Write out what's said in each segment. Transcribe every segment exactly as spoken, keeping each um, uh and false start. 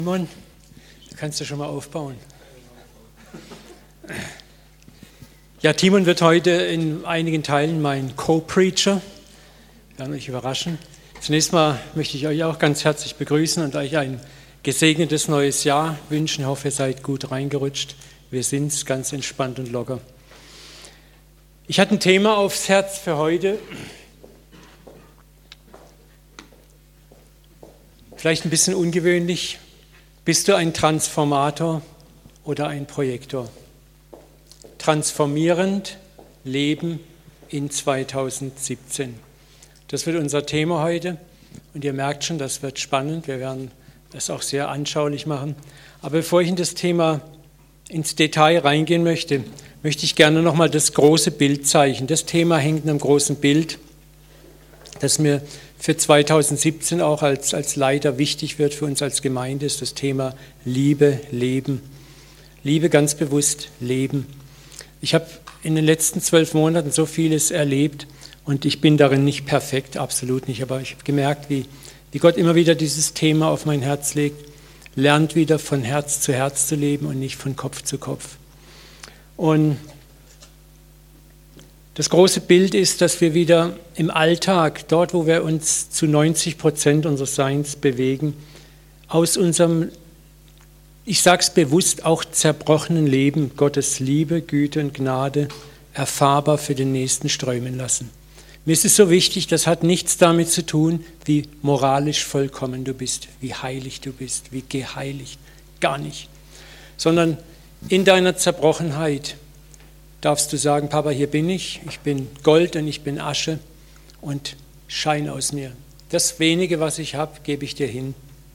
Simon, du kannst ja schon mal aufbauen. Ja, Timon wird heute in einigen Teilen mein Co-Preacher. Wir werden euch überraschen. Zunächst mal möchte ich euch auch ganz herzlich begrüßen und euch ein gesegnetes neues Jahr wünschen. Ich hoffe, ihr seid gut reingerutscht. Wir sind es ganz entspannt und locker. Ich hatte ein Thema aufs Herz für heute. Vielleicht ein bisschen ungewöhnlich. Bist du ein Transformator oder ein Projektor? Transformierend Leben in zweitausendsiebzehn. Das wird unser Thema heute und ihr merkt schon, das wird spannend. Wir werden das auch sehr anschaulich machen. Aber bevor ich in das Thema ins Detail reingehen möchte, möchte ich gerne nochmal das große Bild zeichnen. Das Thema hängt in einem großen Bild, das mir für zweitausendsiebzehn auch als, als Leiter wichtig wird, für uns als Gemeinde, ist das Thema Liebe, Leben. Liebe ganz bewusst, Leben. Ich habe in den letzten zwölf Monaten so vieles erlebt und ich bin darin nicht perfekt, absolut nicht, aber ich habe gemerkt, wie, wie Gott immer wieder dieses Thema auf mein Herz legt, lernt wieder von Herz zu Herz zu leben und nicht von Kopf zu Kopf. Und das große Bild ist, dass wir wieder im Alltag, dort wo wir uns zu neunzig Prozent unseres Seins bewegen, aus unserem, ich sage es bewusst, auch zerbrochenen Leben Gottes Liebe, Güte und Gnade erfahrbar für den Nächsten strömen lassen. Mir ist es so wichtig, das hat nichts damit zu tun, wie moralisch vollkommen du bist, wie heilig du bist, wie geheiligt, gar nicht. Sondern in deiner Zerbrochenheit darfst du sagen, Papa, hier bin ich, ich bin Gold und ich bin Asche und Schein aus mir. Das wenige, was ich habe, gebe ich dir hin.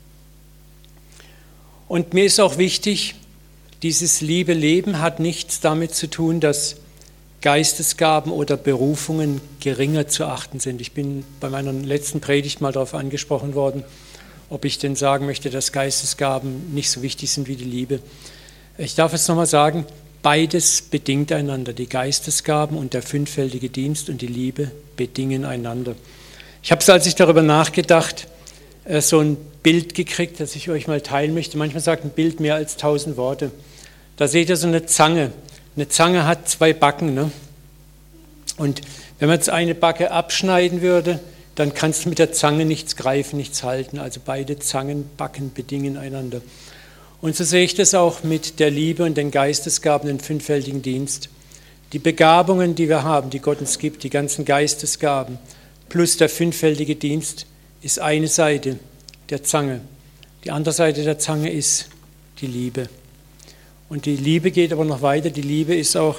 Und mir ist auch wichtig, dieses liebe Leben hat nichts damit zu tun, dass Geistesgaben oder Berufungen geringer zu achten sind. Ich bin bei meiner letzten Predigt mal darauf angesprochen worden, ob ich denn sagen möchte, dass Geistesgaben nicht so wichtig sind wie die Liebe. Ich darf es nochmal sagen, beides bedingt einander. Die Geistesgaben und der fünffältige Dienst und die Liebe bedingen einander. Ich habe es, als ich darüber nachgedacht, so ein Bild gekriegt, das ich euch mal teilen möchte. Manchmal sagt ein Bild mehr als tausend Worte. Da seht ihr so eine Zange. Eine Zange hat zwei Backen, ne? Und wenn man jetzt eine Backe abschneiden würde, dann kannst du mit der Zange nichts greifen, nichts halten. Also beide Zangenbacken bedingen einander. Und so sehe ich das auch mit der Liebe und den Geistesgaben, den fünffältigen Dienst. Die Begabungen, die wir haben, die Gott uns gibt, die ganzen Geistesgaben, plus der fünffältige Dienst, ist eine Seite der Zange. Die andere Seite der Zange ist die Liebe. Und die Liebe geht aber noch weiter. Die Liebe ist auch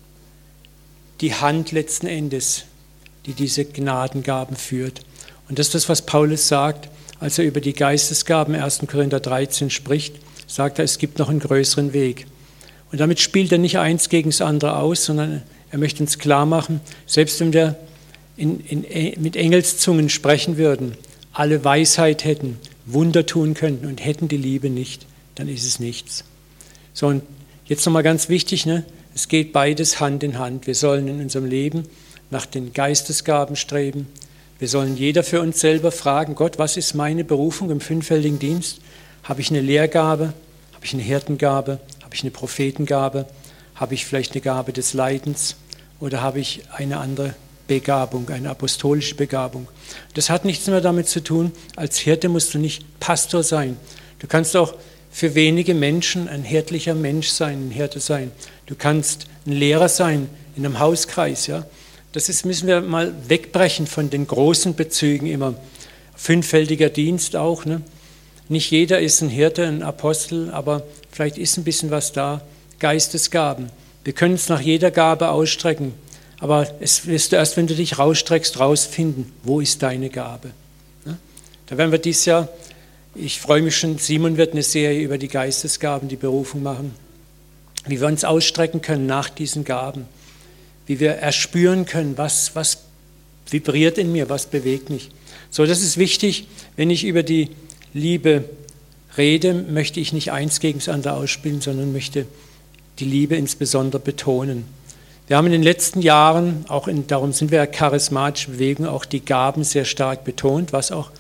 die Hand letzten Endes, die diese Gnadengaben führt. Und das ist das, was Paulus sagt, als er über die Geistesgaben erster Korinther dreizehn spricht, sagt er, es gibt noch einen größeren Weg. Und damit spielt er nicht eins gegen das andere aus, sondern er möchte uns klar machen, selbst wenn wir in, in, mit Engelszungen sprechen würden, alle Weisheit hätten, Wunder tun könnten und hätten die Liebe nicht, dann ist es nichts. So, und jetzt nochmal ganz wichtig, ne? Es geht beides Hand in Hand. Wir sollen in unserem Leben nach den Geistesgaben streben. Wir sollen jeder für uns selber fragen, Gott, was ist meine Berufung im fünffältigen Dienst? Habe ich eine Lehrgabe? Habe ich eine Hirtengabe? Habe ich eine Prophetengabe? Habe ich vielleicht eine Gabe des Leidens? Oder habe ich eine andere Begabung, eine apostolische Begabung? Das hat nichts mehr damit zu tun, als Hirte musst du nicht Pastor sein. Du kannst auch für wenige Menschen ein hirtlicher Mensch sein, ein Hirte sein. Du kannst ein Lehrer sein in einem Hauskreis. Ja? Das ist, müssen wir mal wegbrechen von den großen Bezügen immer. Fünffältiger Dienst auch. Ne? Nicht jeder ist ein Hirte, ein Apostel, aber vielleicht ist ein bisschen was da. Geistesgaben. Wir können es nach jeder Gabe ausstrecken, aber es wirst du erst, wenn du dich rausstreckst, rausfinden, wo ist deine Gabe. Ne? Da werden wir dieses Jahr, ich freue mich schon, Simon wird eine Serie über die Geistesgaben, die Berufung machen, wie wir uns ausstrecken können nach diesen Gaben, wie wir erspüren können, was, was vibriert in mir, was bewegt mich. So, das ist wichtig, wenn ich über die Liebe rede, möchte ich nicht eins gegen das andere ausspielen, sondern möchte die Liebe insbesondere betonen. Wir haben in den letzten Jahren, auch in, darum sind wir ja charismatische Bewegung, auch die Gaben sehr stark betont, was auch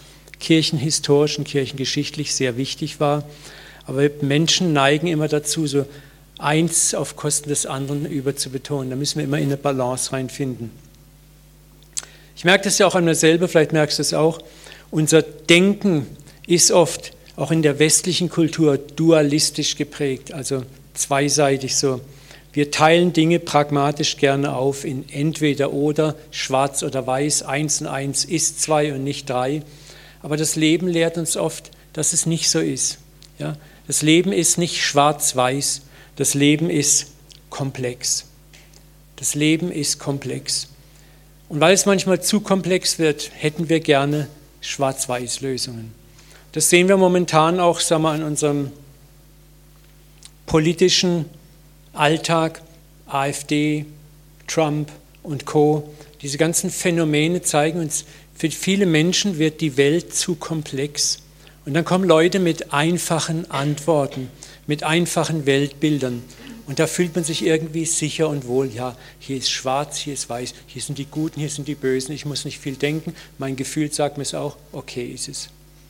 kirchenhistorisch und kirchengeschichtlich sehr wichtig war. Aber Menschen neigen immer dazu, so eins auf Kosten des anderen überzubetonen. Da müssen wir immer in eine Balance reinfinden. Ich merke das ja auch an mir selber, vielleicht merkst du es auch. Unser Denken ist oft auch in der westlichen Kultur dualistisch geprägt, also zweiseitig so. Wir teilen Dinge pragmatisch gerne auf in entweder oder, schwarz oder weiß, eins und eins ist zwei und nicht drei. Aber das Leben lehrt uns oft, dass es nicht so ist. Ja? Das Leben ist nicht schwarz-weiß, das Leben ist komplex. Das Leben ist komplex. Und weil es manchmal zu komplex wird, hätten wir gerne Schwarz-Weiß-Lösungen. Das sehen wir momentan auch, sagen wir, an unserem politischen Alltag, AfD, Trump und Co. Diese ganzen Phänomene zeigen uns, für viele Menschen wird die Welt zu komplex. Und dann kommen Leute mit einfachen Antworten, mit einfachen Weltbildern. Und da fühlt man sich irgendwie sicher und wohl. Ja, hier ist schwarz, hier ist weiß, hier sind die Guten, hier sind die Bösen. Ich muss nicht viel denken. Mein Gefühl sagt mir es auch, okay ist es.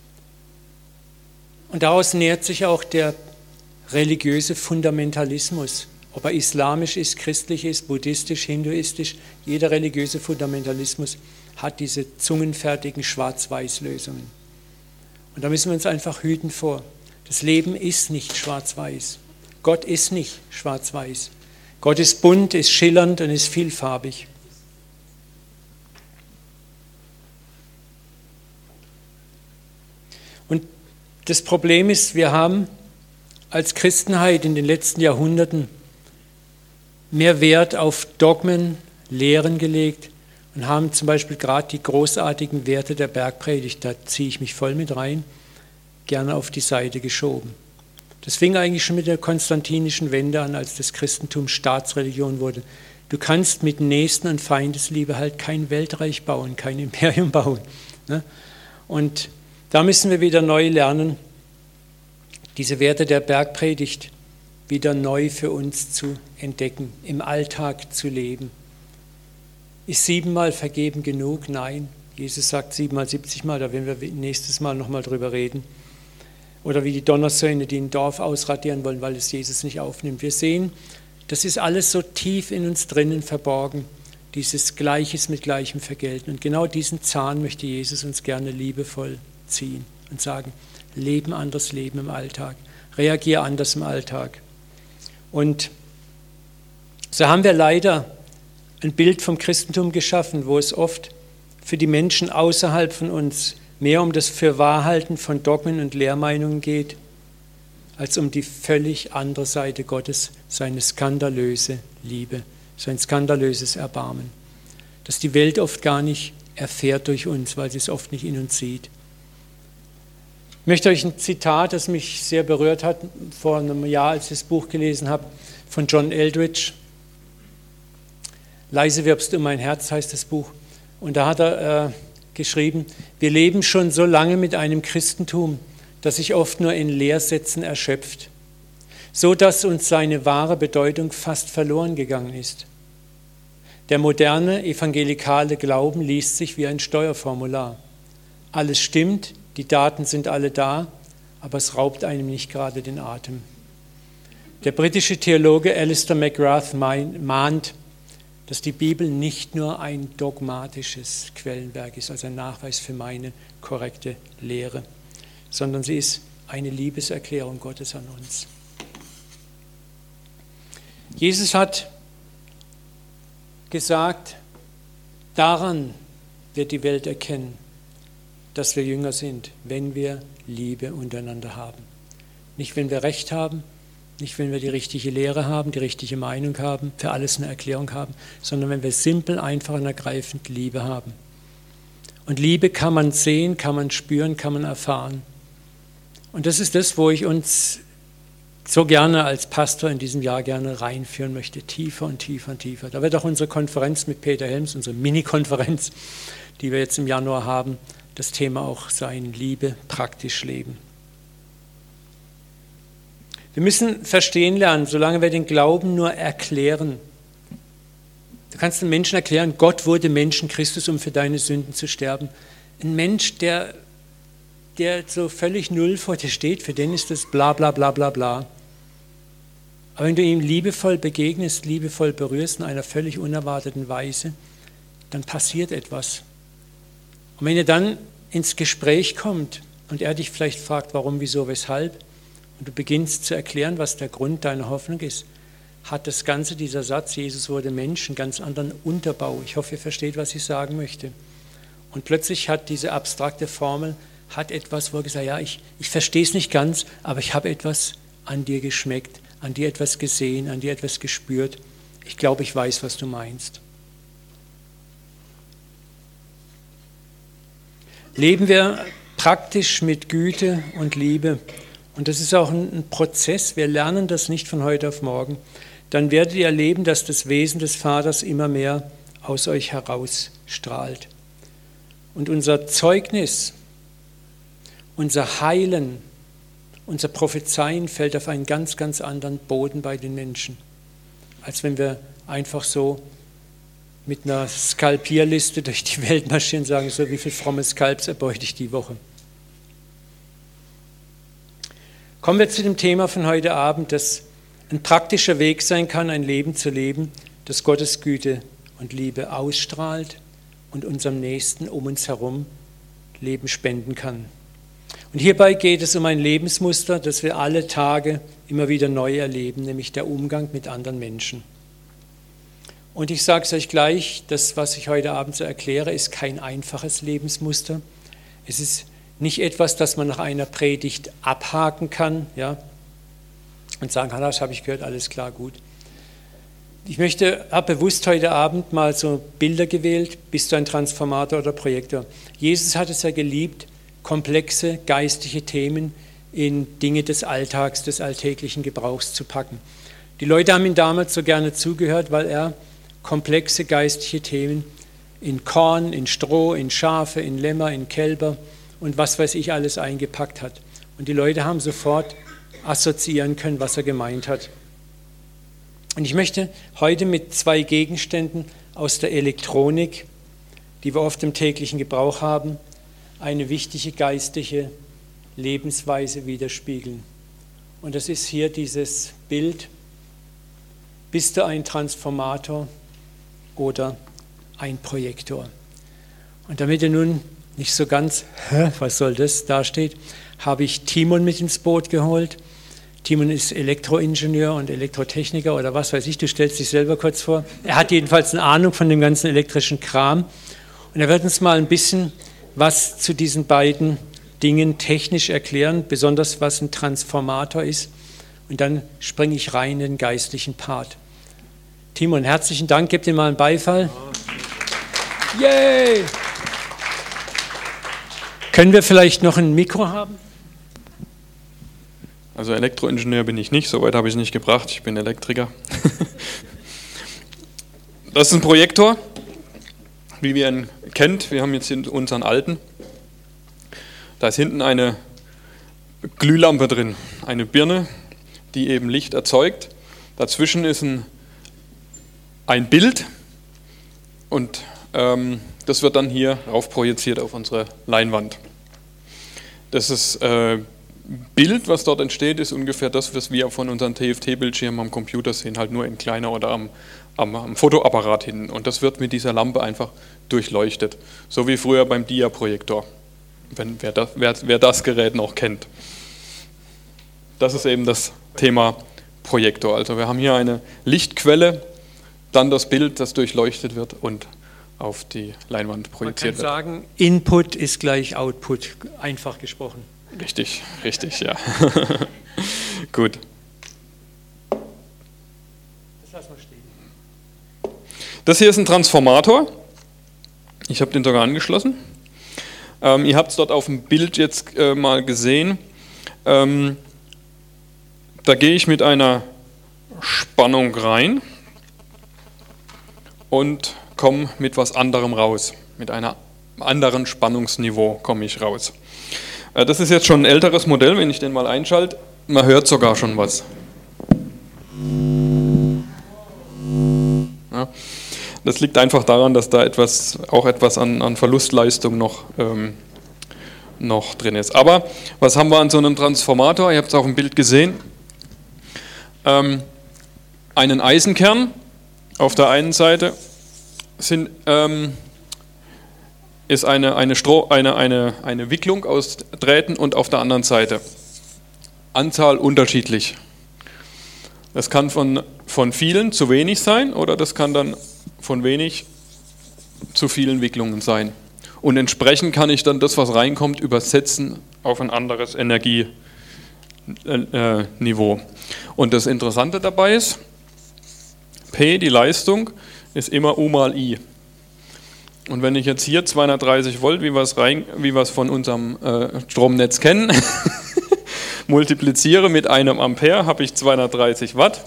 Und daraus nährt sich auch der religiöse Fundamentalismus. Ob er islamisch ist, christlich ist, buddhistisch, hinduistisch, jeder religiöse Fundamentalismus hat diese zungenfertigen Schwarz-Weiß-Lösungen. Und da müssen wir uns einfach hüten vor. Das Leben ist nicht schwarz-weiß. Gott ist nicht schwarz-weiß. Gott ist bunt, ist schillernd und ist vielfarbig. Und das Problem ist, wir haben als Christenheit in den letzten Jahrhunderten mehr Wert auf Dogmen, Lehren gelegt und haben zum Beispiel gerade die großartigen Werte der Bergpredigt, da ziehe ich mich voll mit rein, gerne auf die Seite geschoben. Das fing eigentlich schon mit der konstantinischen Wende an, als das Christentum Staatsreligion wurde. Du kannst mit Nächsten- und Feindesliebe halt kein Weltreich bauen, kein Imperium bauen. Und da müssen wir wieder neu lernen, diese Werte der Bergpredigt wieder neu für uns zu entdecken, im Alltag zu leben. Ist siebenmal vergeben genug? Nein. Jesus sagt siebenmal, siebzigmal, da werden wir nächstes Mal nochmal drüber reden. Oder wie die Donnersöhne, die ein Dorf ausradieren wollen, weil es Jesus nicht aufnimmt. Wir sehen, das ist alles so tief in uns drinnen verborgen, dieses Gleiches mit Gleichem vergelten. Und genau diesen Zahn möchte Jesus uns gerne liebevoll ziehen und sagen, leben anders leben im Alltag, reagiere anders im Alltag. Und so haben wir leider ein Bild vom Christentum geschaffen, wo es oft für die Menschen außerhalb von uns mehr um das Fürwahrhalten von Dogmen und Lehrmeinungen geht, als um die völlig andere Seite Gottes, seine skandalöse Liebe, sein skandalöses Erbarmen, das die Welt oft gar nicht erfährt durch uns, weil sie es oft nicht in uns sieht. Ich möchte euch ein Zitat, das mich sehr berührt hat, vor einem Jahr, als ich das Buch gelesen habe, von John Eldridge. Leise wirbst du um mein Herz, heißt das Buch. Und da hat er äh, geschrieben, wir leben schon so lange mit einem Christentum, das sich oft nur in Lehrsätzen erschöpft, so dass uns seine wahre Bedeutung fast verloren gegangen ist. Der moderne evangelikale Glauben liest sich wie ein Steuerformular. Alles stimmt, die Daten sind alle da, aber es raubt einem nicht gerade den Atem. Der britische Theologe Alistair McGrath mahnt, dass die Bibel nicht nur ein dogmatisches Quellenwerk ist, also ein Nachweis für meine korrekte Lehre, sondern sie ist eine Liebeserklärung Gottes an uns. Jesus hat gesagt, daran wird die Welt erkennen, dass wir Jünger sind, wenn wir Liebe untereinander haben. Nicht, wenn wir Recht haben, nicht, wenn wir die richtige Lehre haben, die richtige Meinung haben, für alles eine Erklärung haben, sondern wenn wir simpel, einfach und ergreifend Liebe haben. Und Liebe kann man sehen, kann man spüren, kann man erfahren. Und das ist das, wo ich uns so gerne als Pastor in diesem Jahr gerne reinführen möchte, tiefer und tiefer und tiefer. Da wird auch unsere Konferenz mit Peter Helms, unsere Mini-Konferenz, die wir jetzt im Januar haben, das Thema auch sein, Liebe praktisch leben. Wir müssen verstehen lernen, solange wir den Glauben nur erklären. Du kannst den Menschen erklären, Gott wurde Mensch in Christus, um für deine Sünden zu sterben. Ein Mensch, der der so völlig null vor dir steht, für den ist das bla bla bla bla bla. Aber wenn du ihm liebevoll begegnest, liebevoll berührst in einer völlig unerwarteten Weise, dann passiert etwas. Und wenn ihr dann ins Gespräch kommt und er dich vielleicht fragt, warum, wieso, weshalb, und du beginnst zu erklären, was der Grund deiner Hoffnung ist, hat das Ganze, dieser Satz, Jesus wurde Mensch, einen ganz anderen Unterbau. Ich hoffe, ihr versteht, was ich sagen möchte. Und plötzlich hat diese abstrakte Formel, hat etwas, wo er gesagt hat, ja, ich, ich verstehe es nicht ganz, aber ich habe etwas an dir geschmeckt, an dir etwas gesehen, an dir etwas gespürt. Ich glaube, ich weiß, was du meinst. Leben wir praktisch mit Güte und Liebe, und das ist auch ein Prozess, wir lernen das nicht von heute auf morgen, dann werdet ihr erleben, dass das Wesen des Vaters immer mehr aus euch herausstrahlt. Und unser Zeugnis, unser Heilen, unser Prophezeien fällt auf einen ganz, ganz anderen Boden bei den Menschen, als wenn wir einfach so mit einer Skalpierliste durch die Welt marschieren und sagen, so wie viele fromme Skalps erbeute ich die Woche. Kommen wir zu dem Thema von heute Abend, das ein praktischer Weg sein kann, ein Leben zu leben, das Gottes Güte und Liebe ausstrahlt und unserem Nächsten um uns herum Leben spenden kann. Und hierbei geht es um ein Lebensmuster, das wir alle Tage immer wieder neu erleben, nämlich der Umgang mit anderen Menschen. Und ich sage es euch gleich, das, was ich heute Abend so erkläre, ist kein einfaches Lebensmuster. Es ist nicht etwas, das man nach einer Predigt abhaken kann, ja, und sagen, das habe ich gehört, alles klar, gut. Ich möchte, habe bewusst heute Abend mal so Bilder gewählt, bist du ein Transformator oder Projektor. Jesus hat es ja geliebt, komplexe geistliche Themen in Dinge des Alltags, des alltäglichen Gebrauchs zu packen. Die Leute haben ihm damals so gerne zugehört, weil er komplexe geistliche Themen in Korn, in Stroh, in Schafe, in Lämmer, in Kälber und was weiß ich alles eingepackt hat. Und die Leute haben sofort assoziieren können, was er gemeint hat. Und ich möchte heute mit zwei Gegenständen aus der Elektronik, die wir oft im täglichen Gebrauch haben, eine wichtige geistliche Lebensweise widerspiegeln. Und das ist hier dieses Bild: Bist du ein Transformator oder ein Projektor? Und damit ihr nun nicht so ganz, was soll das, dasteht, habe ich Timon mit ins Boot geholt. Timon ist Elektroingenieur und Elektrotechniker oder was weiß ich, du stellst dich selber kurz vor. Er hat jedenfalls eine Ahnung von dem ganzen elektrischen Kram. Und er wird uns mal ein bisschen was zu diesen beiden Dingen technisch erklären, besonders was ein Transformator ist. Und dann springe ich rein in den geistlichen Part. Timon, herzlichen Dank, gebt dir mal einen Beifall. Yay! Können wir vielleicht noch ein Mikro haben? Also Elektroingenieur bin ich nicht, soweit habe ich es nicht gebracht, ich bin Elektriker. Das ist ein Projektor, wie ihr ihn kennt, wir haben jetzt unseren alten. Da ist hinten eine Glühlampe drin, eine Birne, die eben Licht erzeugt. Dazwischen ist ein, ein Bild und ähm, das wird dann hier rauf projiziert auf unsere Leinwand. Das ist äh, Bild, was dort entsteht, ist ungefähr das, was wir von unseren T F T-Bildschirmen am Computer sehen, halt nur in kleiner oder am, am, am Fotoapparat hinten. Und das wird mit dieser Lampe einfach durchleuchtet, so wie früher beim Dia-Projektor, wenn, wer, das, wer, wer das Gerät noch kennt. Das ist eben das Thema Projektor. Also wir haben hier eine Lichtquelle, dann das Bild, das durchleuchtet wird und auf die Leinwand projiziert wird. Man kann sagen, Input ist gleich Output, einfach gesprochen. Richtig, richtig, ja. Gut. Das lassen wir stehen. Das hier ist ein Transformator. Ich habe den sogar angeschlossen. Ähm, ihr habt es dort auf dem Bild jetzt äh, mal gesehen. Ähm, da gehe ich mit einer Spannung rein und komme mit was anderem raus. Mit einem anderen Spannungsniveau komme ich raus. Das ist jetzt schon ein älteres Modell, wenn ich den mal einschalte. Man hört sogar schon was. Ja, das liegt einfach daran, dass da etwas, auch etwas an, an Verlustleistung noch, ähm, noch drin ist. Aber was haben wir an so einem Transformator? Ihr habt es auch im Bild gesehen. Ähm, einen Eisenkern auf der einen Seite sind, ähm, ist eine, eine, Stroh, eine, eine, eine Wicklung aus Drähten und auf der anderen Seite Anzahl unterschiedlich. Das kann von, von vielen zu wenig sein oder das kann dann von wenig zu vielen Wicklungen sein. Und entsprechend kann ich dann das, was reinkommt, übersetzen auf ein anderes Energieniveau. Und das Interessante dabei ist, P, die Leistung, ist immer U mal I. Und wenn ich jetzt hier zweihundertdreißig Volt, wie wir es, rein, wie wir es von unserem äh, Stromnetz kennen, multipliziere mit einem Ampere, habe ich zweihundertdreißig Watt.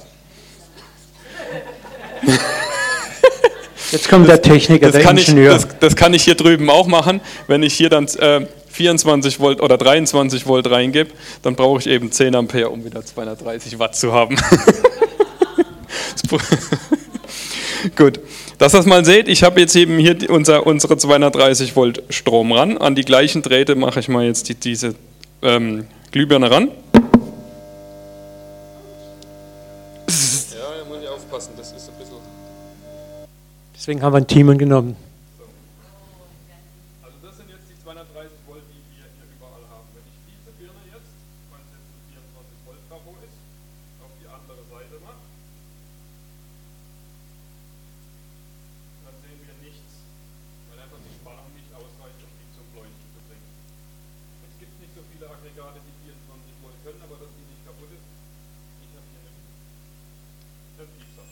Jetzt kommt der Techniker, das der kann Ingenieur. Ich, das, das kann ich hier drüben auch machen. Wenn ich hier dann äh, vierundzwanzig Volt oder dreiundzwanzig Volt reingebe, dann brauche ich eben zehn Ampere, um wieder zweihundertdreißig Watt zu haben. Gut, dass ihr das mal seht, ich habe jetzt eben hier unser, unsere zweihundertdreißig Volt Strom ran. An die gleichen Drähte mache ich mal jetzt die, diese ähm, Glühbirne ran. Ja, da muss ich aufpassen, das ist ein bisschen... Deswegen haben wir einen Timon genommen. Also das sind jetzt die zweihundertdreißig Volt, die wir hier überall haben. Wenn ich diese Birne jetzt, wenn es jetzt ein vierundzwanzig Volt Trafo ist, auf die andere Seite mache, dann sehen wir nichts, weil einfach die Spannung nicht ausreicht, um die zum Leuchten zu bringen. Es gibt nicht so viele Aggregate, die vierundzwanzig Volt können, aber dass die nicht kaputt ist, ich habe hier einen Piepser.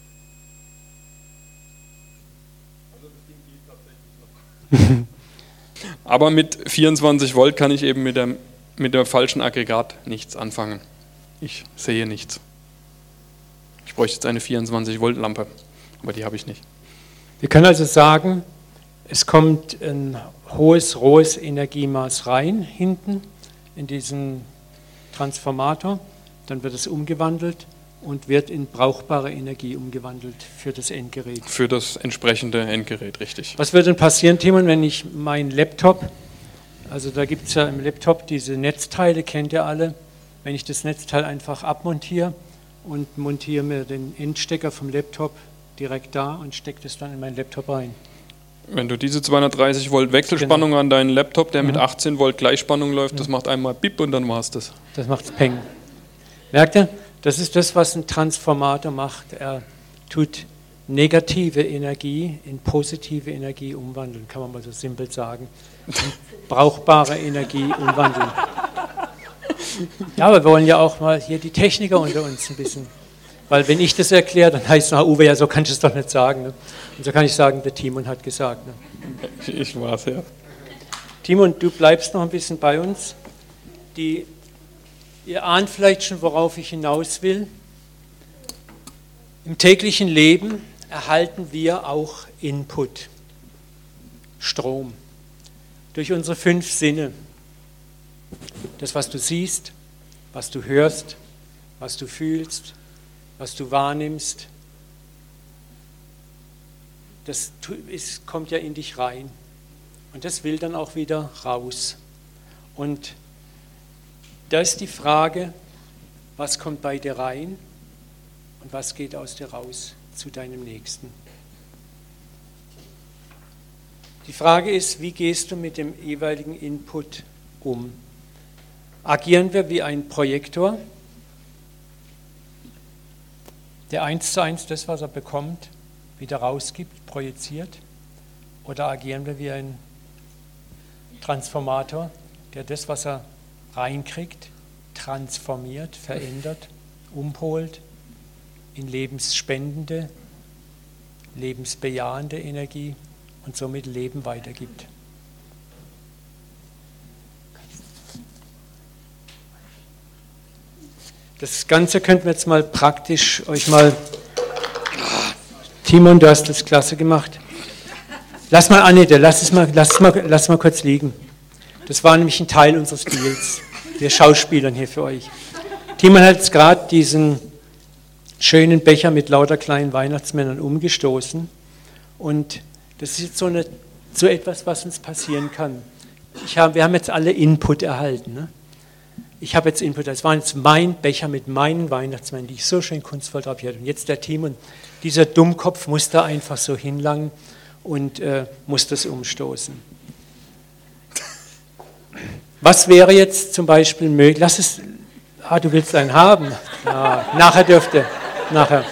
Also das Ding geht tatsächlich noch. Aber mit vierundzwanzig Volt kann ich eben mit dem, mit dem falschen Aggregat nichts anfangen. Ich sehe nichts. Ich bräuchte jetzt eine vierundzwanzig Volt Lampe, aber die habe ich nicht. Wir können also sagen, es kommt ein hohes, rohes Energiemaß rein, hinten in diesen Transformator, dann wird es umgewandelt und wird in brauchbare Energie umgewandelt für das Endgerät. Für das entsprechende Endgerät, richtig. Was wird denn passieren, Timon, wenn ich meinen Laptop, also da gibt es ja im Laptop diese Netzteile, kennt ihr alle, wenn ich das Netzteil einfach abmontiere und montiere mir den Endstecker vom Laptop direkt da und stecke das dann in meinen Laptop rein. Wenn du diese zweihundertdreißig Volt Wechselspannung genau. an deinen Laptop, der mhm. mit achtzehn Volt Gleichspannung läuft, mhm. das macht einmal Bip und dann war es das. Das macht's Peng. Merkt ihr? Das ist das, was ein Transformator macht. Er tut negative Energie in positive Energie umwandeln, kann man mal so simpel sagen. Und brauchbare Energie umwandeln. Ja, aber wir wollen ja auch mal hier die Techniker unter uns ein bisschen. Weil wenn ich das erkläre, dann heißt es, na Uwe, ja so kannst du es doch nicht sagen. Ne? Und so kann ich sagen, der Timon hat gesagt. Ne? Ich war's, ja. Timon, du bleibst noch ein bisschen bei uns. Die, ihr ahnt vielleicht schon, worauf ich hinaus will. Im täglichen Leben erhalten wir auch Input, Strom, durch unsere fünf Sinne. Das, was du siehst, was du hörst, was du fühlst, was du wahrnimmst, das ist, kommt ja in dich rein. Und das will dann auch wieder raus. Und da ist die Frage, was kommt bei dir rein und was geht aus dir raus zu deinem Nächsten. Die Frage ist, wie gehst du mit dem jeweiligen Input um? Agieren wir wie ein Projektor, der eins zu eins das, was er bekommt, wieder rausgibt, projiziert? Oder agieren wir wie ein Transformator, der das, was er reinkriegt, transformiert, verändert, umpolt in lebensspendende, lebensbejahende Energie und somit Leben weitergibt? Das Ganze könnten wir jetzt mal praktisch euch mal... Timon, du hast das klasse gemacht. Lass mal, Annette, lass es mal, lass es mal, lass es mal kurz liegen. Das war nämlich ein Teil unseres Deals. Wir Schauspielern hier für euch. Timon hat jetzt gerade diesen schönen Becher mit lauter kleinen Weihnachtsmännern umgestoßen. Und das ist jetzt so, eine, so etwas, was uns passieren kann. ich hab, wir haben jetzt alle Input erhalten. Ne? Ich habe jetzt Input, das war jetzt mein Becher mit meinen Weihnachtsmännern, die ich so schön kunstvoll drapiert habe. Und jetzt der Timon, dieser Dummkopf muss da einfach so hinlangen und äh, muss das umstoßen. Was wäre jetzt zum Beispiel möglich? Lass es, ah, du willst einen haben. Ja, nachher dürfte, nachher.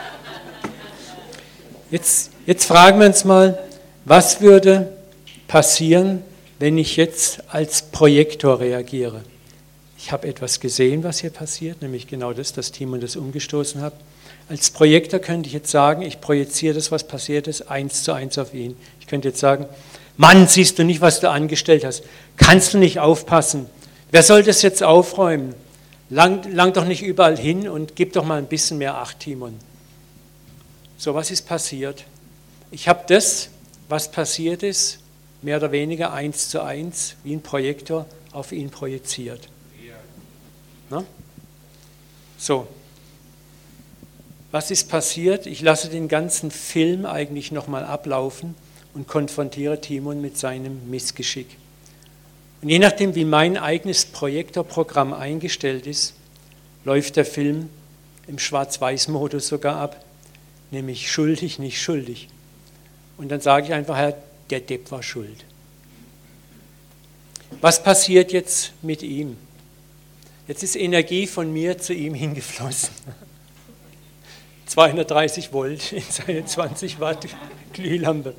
Jetzt, jetzt fragen wir uns mal, was würde passieren, wenn ich jetzt als Projektor reagiere? Ich habe etwas gesehen, was hier passiert, nämlich genau das, dass Timon das umgestoßen hat. Als Projektor könnte ich jetzt sagen, ich projiziere das, was passiert ist, eins zu eins auf ihn. Ich könnte jetzt sagen, Mann, siehst du nicht, was du angestellt hast? Kannst du nicht aufpassen? Wer soll das jetzt aufräumen? Lang, lang doch nicht überall hin und gib doch mal ein bisschen mehr Acht, Timon. So, was ist passiert? Ich habe das, was passiert ist, mehr oder weniger eins zu eins, wie ein Projektor, auf ihn projiziert. Na? So. Was ist passiert? Ich lasse den ganzen Film eigentlich nochmal ablaufen und konfrontiere Timon mit seinem Missgeschick. Und je nachdem, wie mein eigenes Projektorprogramm eingestellt ist, läuft der Film im Schwarz-Weiß-Modus sogar ab, nämlich schuldig, nicht schuldig. Und dann sage ich einfach, Herr, der Depp war schuld. Was passiert jetzt mit ihm? Jetzt ist Energie von mir zu ihm hingeflossen. zweihundertdreißig Volt in seine zwanzig Watt Glühlampe.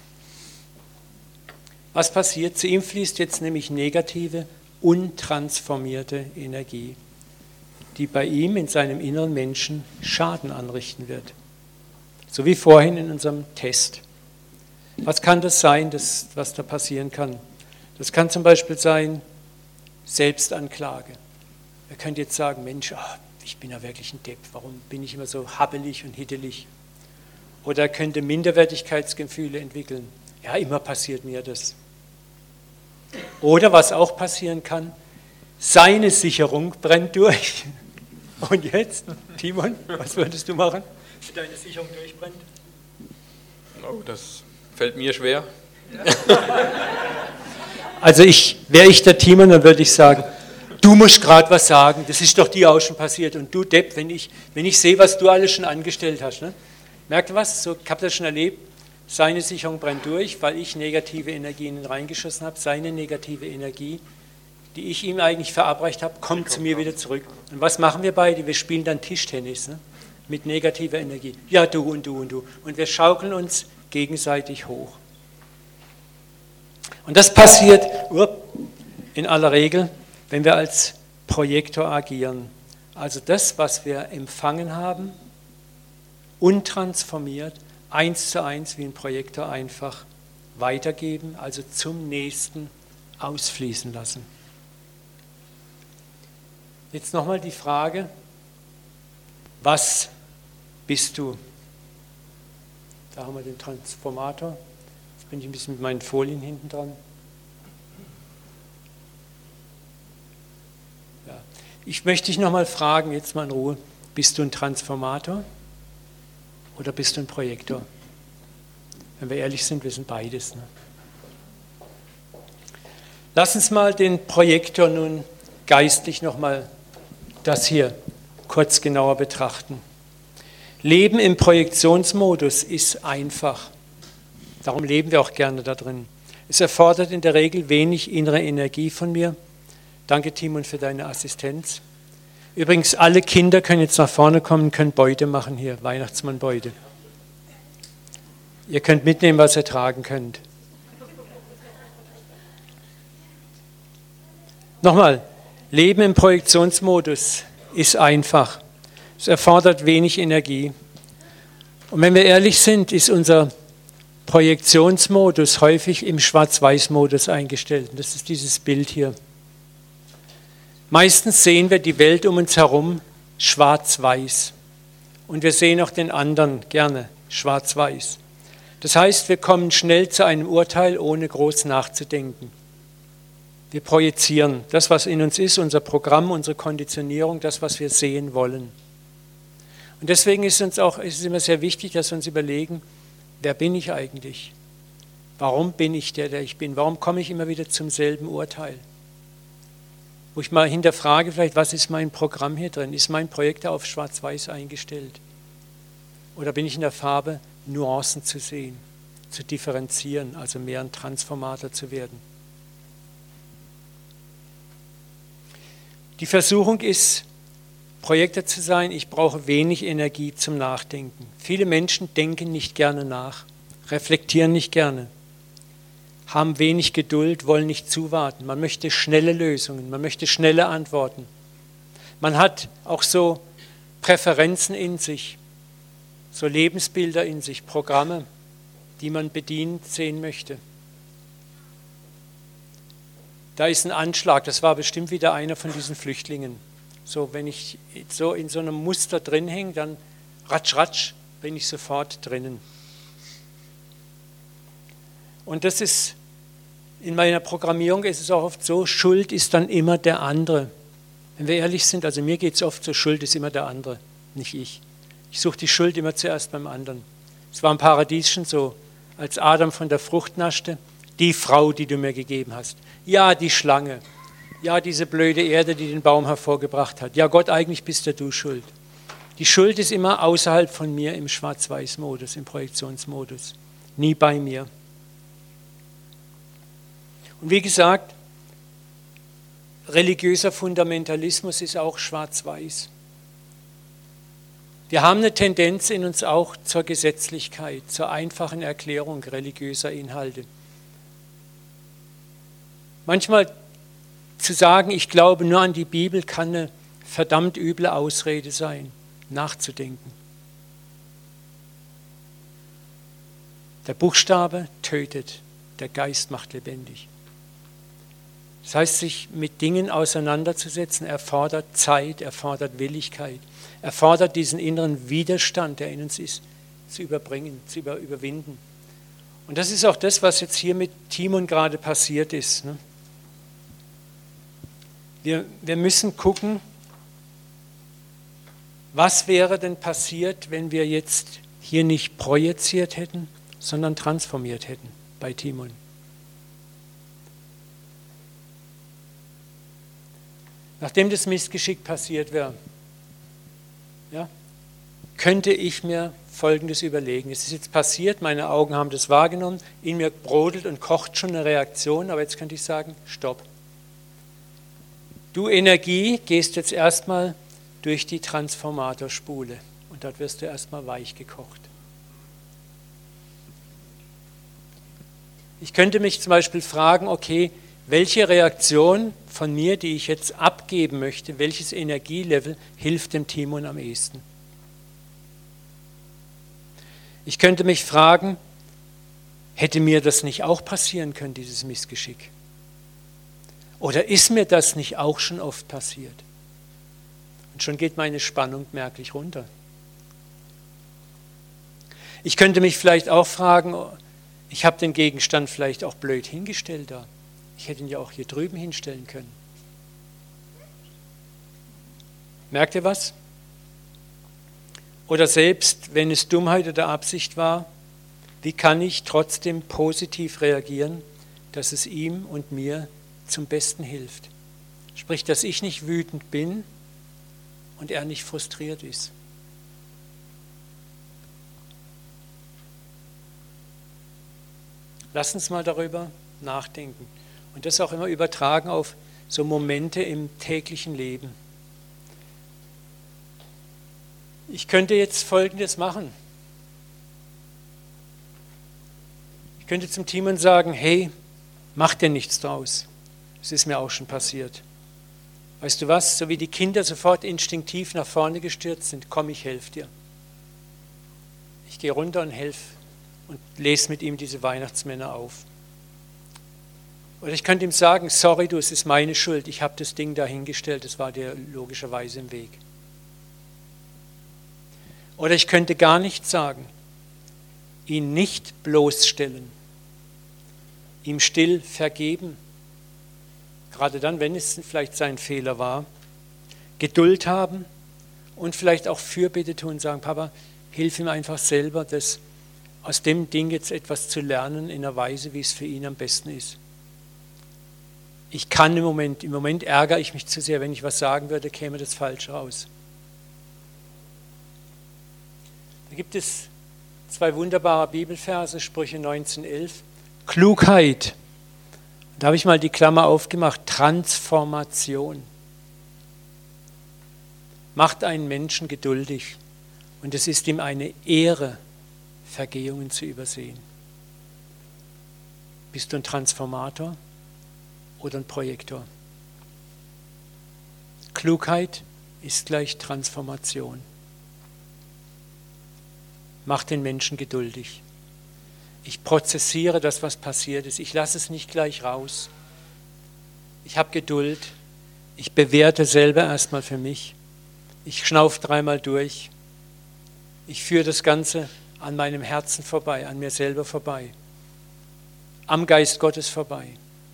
Was passiert? Zu ihm fließt jetzt nämlich negative, untransformierte Energie, die bei ihm in seinem inneren Menschen Schaden anrichten wird. So wie vorhin in unserem Test. Was kann das sein, das, was da passieren kann? Das kann zum Beispiel sein Selbstanklage. Er könnte jetzt sagen, Mensch, ach, ich bin ja wirklich ein Depp, warum bin ich immer so habbelig und hittelig? Oder er könnte Minderwertigkeitsgefühle entwickeln. Ja, immer passiert mir das. Oder was auch passieren kann, seine Sicherung brennt durch. Und jetzt, Timon, was würdest du machen, wenn deine Sicherung durchbrennt? Oh, das fällt mir schwer. Also ich, wäre ich der Timon, dann würde ich sagen, du musst gerade was sagen, das ist doch dir auch schon passiert. Und du Depp, wenn ich, wenn ich sehe, was du alles schon angestellt hast. Ne? Merkt ihr was? So, ich habe das schon erlebt. Seine Sicherung brennt durch, weil ich negative Energien reingeschossen habe. Seine negative Energie, die ich ihm eigentlich verabreicht habe, kommt zu mir wieder zurück. Und was machen wir beide? Wir spielen dann Tischtennis, ne? Mit negativer Energie. Ja, du und du und du. Und wir schaukeln uns gegenseitig hoch. Und das passiert in aller Regel, wenn wir als Projektor agieren. Also das, was wir empfangen haben, untransformiert, eins zu eins wie ein Projektor einfach weitergeben, also zum nächsten ausfließen lassen. Jetzt nochmal die Frage, was bist du? Da haben wir den Transformator. Jetzt bin ich ein bisschen mit meinen Folien hinten dran. Ja. Ich möchte dich nochmal fragen, jetzt mal in Ruhe, bist du ein Transformator? Oder bist du ein Projektor? Wenn wir ehrlich sind, wir sind beides. Ne? Lass uns mal den Projektor nun geistlich nochmal das hier kurz genauer betrachten. Leben im Projektionsmodus ist einfach. Darum leben wir auch gerne da drin. Es erfordert in der Regel wenig innere Energie von mir. Danke, Timon, für deine Assistenz. Übrigens, alle Kinder können jetzt nach vorne kommen, können Beute machen hier, Weihnachtsmann-Beute. Ihr könnt mitnehmen, was ihr tragen könnt. Nochmal, Leben im Projektionsmodus ist einfach. Es erfordert wenig Energie. Und wenn wir ehrlich sind, ist unser Projektionsmodus häufig im Schwarz-Weiß-Modus eingestellt. Und das ist dieses Bild hier. Meistens sehen wir die Welt um uns herum schwarz-weiß. Und wir sehen auch den anderen gerne schwarz-weiß. Das heißt, wir kommen schnell zu einem Urteil, ohne groß nachzudenken. Wir projizieren das, was in uns ist, unser Programm, unsere Konditionierung, das, was wir sehen wollen. Und deswegen ist uns auch, ist es immer sehr wichtig, dass wir uns überlegen, wer bin ich eigentlich? Warum bin ich der, der ich bin? Warum komme ich immer wieder zum selben Urteil? Wo ich mal hinterfrage vielleicht, was ist mein Programm hier drin? Ist mein Projektor auf Schwarz-Weiß eingestellt? Oder bin ich in der Farbe, Nuancen zu sehen, zu differenzieren, also mehr ein Transformator zu werden? Die Versuchung ist, Projektor zu sein, ich brauche wenig Energie zum Nachdenken. Viele Menschen denken nicht gerne nach, reflektieren nicht gerne, haben wenig Geduld, wollen nicht zuwarten. Man möchte schnelle Lösungen, man möchte schnelle Antworten. Man hat auch so Präferenzen in sich, so Lebensbilder in sich, Programme, die man bedient sehen möchte. Da ist ein Anschlag, das war bestimmt wieder einer von diesen Flüchtlingen. So, wenn ich so in so einem Muster drin hänge, dann ratsch, ratsch, bin ich sofort drinnen. Und das ist, in meiner Programmierung ist es auch oft so, Schuld ist dann immer der andere. Wenn wir ehrlich sind, also mir geht es oft so, Schuld ist immer der andere, nicht ich. Ich suche die Schuld immer zuerst beim anderen. Es war im Paradies schon so, als Adam von der Frucht naschte, die Frau, die du mir gegeben hast. Ja, die Schlange. Ja, diese blöde Erde, die den Baum hervorgebracht hat. Ja, Gott, eigentlich bist ja du schuld. Die Schuld ist immer außerhalb von mir im Schwarz-Weiß-Modus, im Projektionsmodus. Nie bei mir. Und wie gesagt, religiöser Fundamentalismus ist auch schwarz-weiß. Wir haben eine Tendenz in uns auch zur Gesetzlichkeit, zur einfachen Erklärung religiöser Inhalte. Manchmal zu sagen, ich glaube nur an die Bibel, kann eine verdammt üble Ausrede sein, nachzudenken. Der Buchstabe tötet, der Geist macht lebendig. Das heißt, sich mit Dingen auseinanderzusetzen, erfordert Zeit, erfordert Willigkeit, erfordert diesen inneren Widerstand, der in uns ist, zu überbringen, zu über, überwinden. Und das ist auch das, was jetzt hier mit Timon gerade passiert ist. Ne? Wir, wir müssen gucken, was wäre denn passiert, wenn wir jetzt hier nicht projiziert hätten, sondern transformiert hätten bei Timon. Nachdem das Missgeschick passiert wäre, ja, könnte ich mir Folgendes überlegen. Es ist jetzt passiert, meine Augen haben das wahrgenommen, in mir brodelt und kocht schon eine Reaktion, aber jetzt könnte ich sagen, stopp. Du Energie gehst jetzt erstmal durch die Transformatorspule und dort wirst du erstmal weich gekocht. Ich könnte mich zum Beispiel fragen, okay, welche Reaktion von mir, die ich jetzt abgeben möchte, welches Energielevel hilft dem Timon am ehesten? Ich könnte mich fragen, hätte mir das nicht auch passieren können, dieses Missgeschick? Oder ist mir das nicht auch schon oft passiert? Und schon geht meine Spannung merklich runter. Ich könnte mich vielleicht auch fragen, ich habe den Gegenstand vielleicht auch blöd hingestellt da. Ich hätte ihn ja auch hier drüben hinstellen können. Merkt ihr was? Oder selbst, wenn es Dummheit oder Absicht war, wie kann ich trotzdem positiv reagieren, dass es ihm und mir zum Besten hilft? Sprich, dass ich nicht wütend bin und er nicht frustriert ist. Lass uns mal darüber nachdenken. Und das auch immer übertragen auf so Momente im täglichen Leben. Ich könnte jetzt Folgendes machen. Ich könnte zum Timon sagen, hey, mach dir nichts draus. Das ist mir auch schon passiert. Weißt du was, so wie die Kinder sofort instinktiv nach vorne gestürzt sind, komm, ich helfe dir. Ich gehe runter und helfe und lese mit ihm diese Weihnachtsmänner auf. Oder ich könnte ihm sagen, sorry, du, es ist meine Schuld, ich habe das Ding da hingestellt, das war dir logischerweise im Weg. Oder ich könnte gar nichts sagen, ihn nicht bloßstellen, ihm still vergeben, gerade dann, wenn es vielleicht sein Fehler war, Geduld haben und vielleicht auch Fürbitte tun, sagen, Papa, hilf ihm einfach selber, das aus dem Ding jetzt etwas zu lernen in einer Weise, wie es für ihn am besten ist. Ich kann im Moment, im Moment ärgere ich mich zu sehr, wenn ich was sagen würde, käme das falsch raus. Da gibt es zwei wunderbare Bibelverse, Sprüche neunzehn elf. Klugheit, da habe ich mal die Klammer aufgemacht, Transformation. Macht einen Menschen geduldig und es ist ihm eine Ehre, Vergehungen zu übersehen. Bist du ein Transformator oder ein Projektor? Klugheit ist gleich Transformation. Macht den Menschen geduldig. Ich prozessiere das, was passiert ist. Ich lasse es nicht gleich raus. Ich habe Geduld. Ich bewerte selber erstmal für mich. Ich schnaufe dreimal durch. Ich führe das Ganze an meinem Herzen vorbei, an mir selber vorbei, am Geist Gottes vorbei.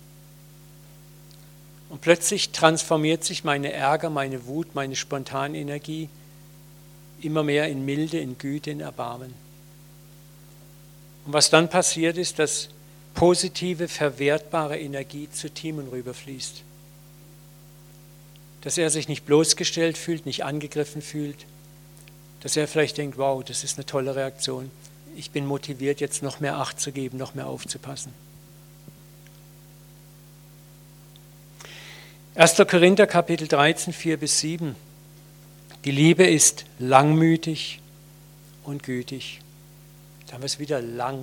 Und plötzlich transformiert sich meine Ärger, meine Wut, meine Spontanenergie immer mehr in Milde, in Güte, in Erbarmen. Und was dann passiert ist, dass positive, verwertbare Energie zu Timon rüberfließt. Dass er sich nicht bloßgestellt fühlt, nicht angegriffen fühlt, dass er vielleicht denkt, wow, das ist eine tolle Reaktion. Ich bin motiviert, jetzt noch mehr Acht zu geben, noch mehr aufzupassen. erster Korinther Kapitel dreizehn, vier bis sieben. Die Liebe ist langmütig und gütig. Da haben wir es wieder, lang,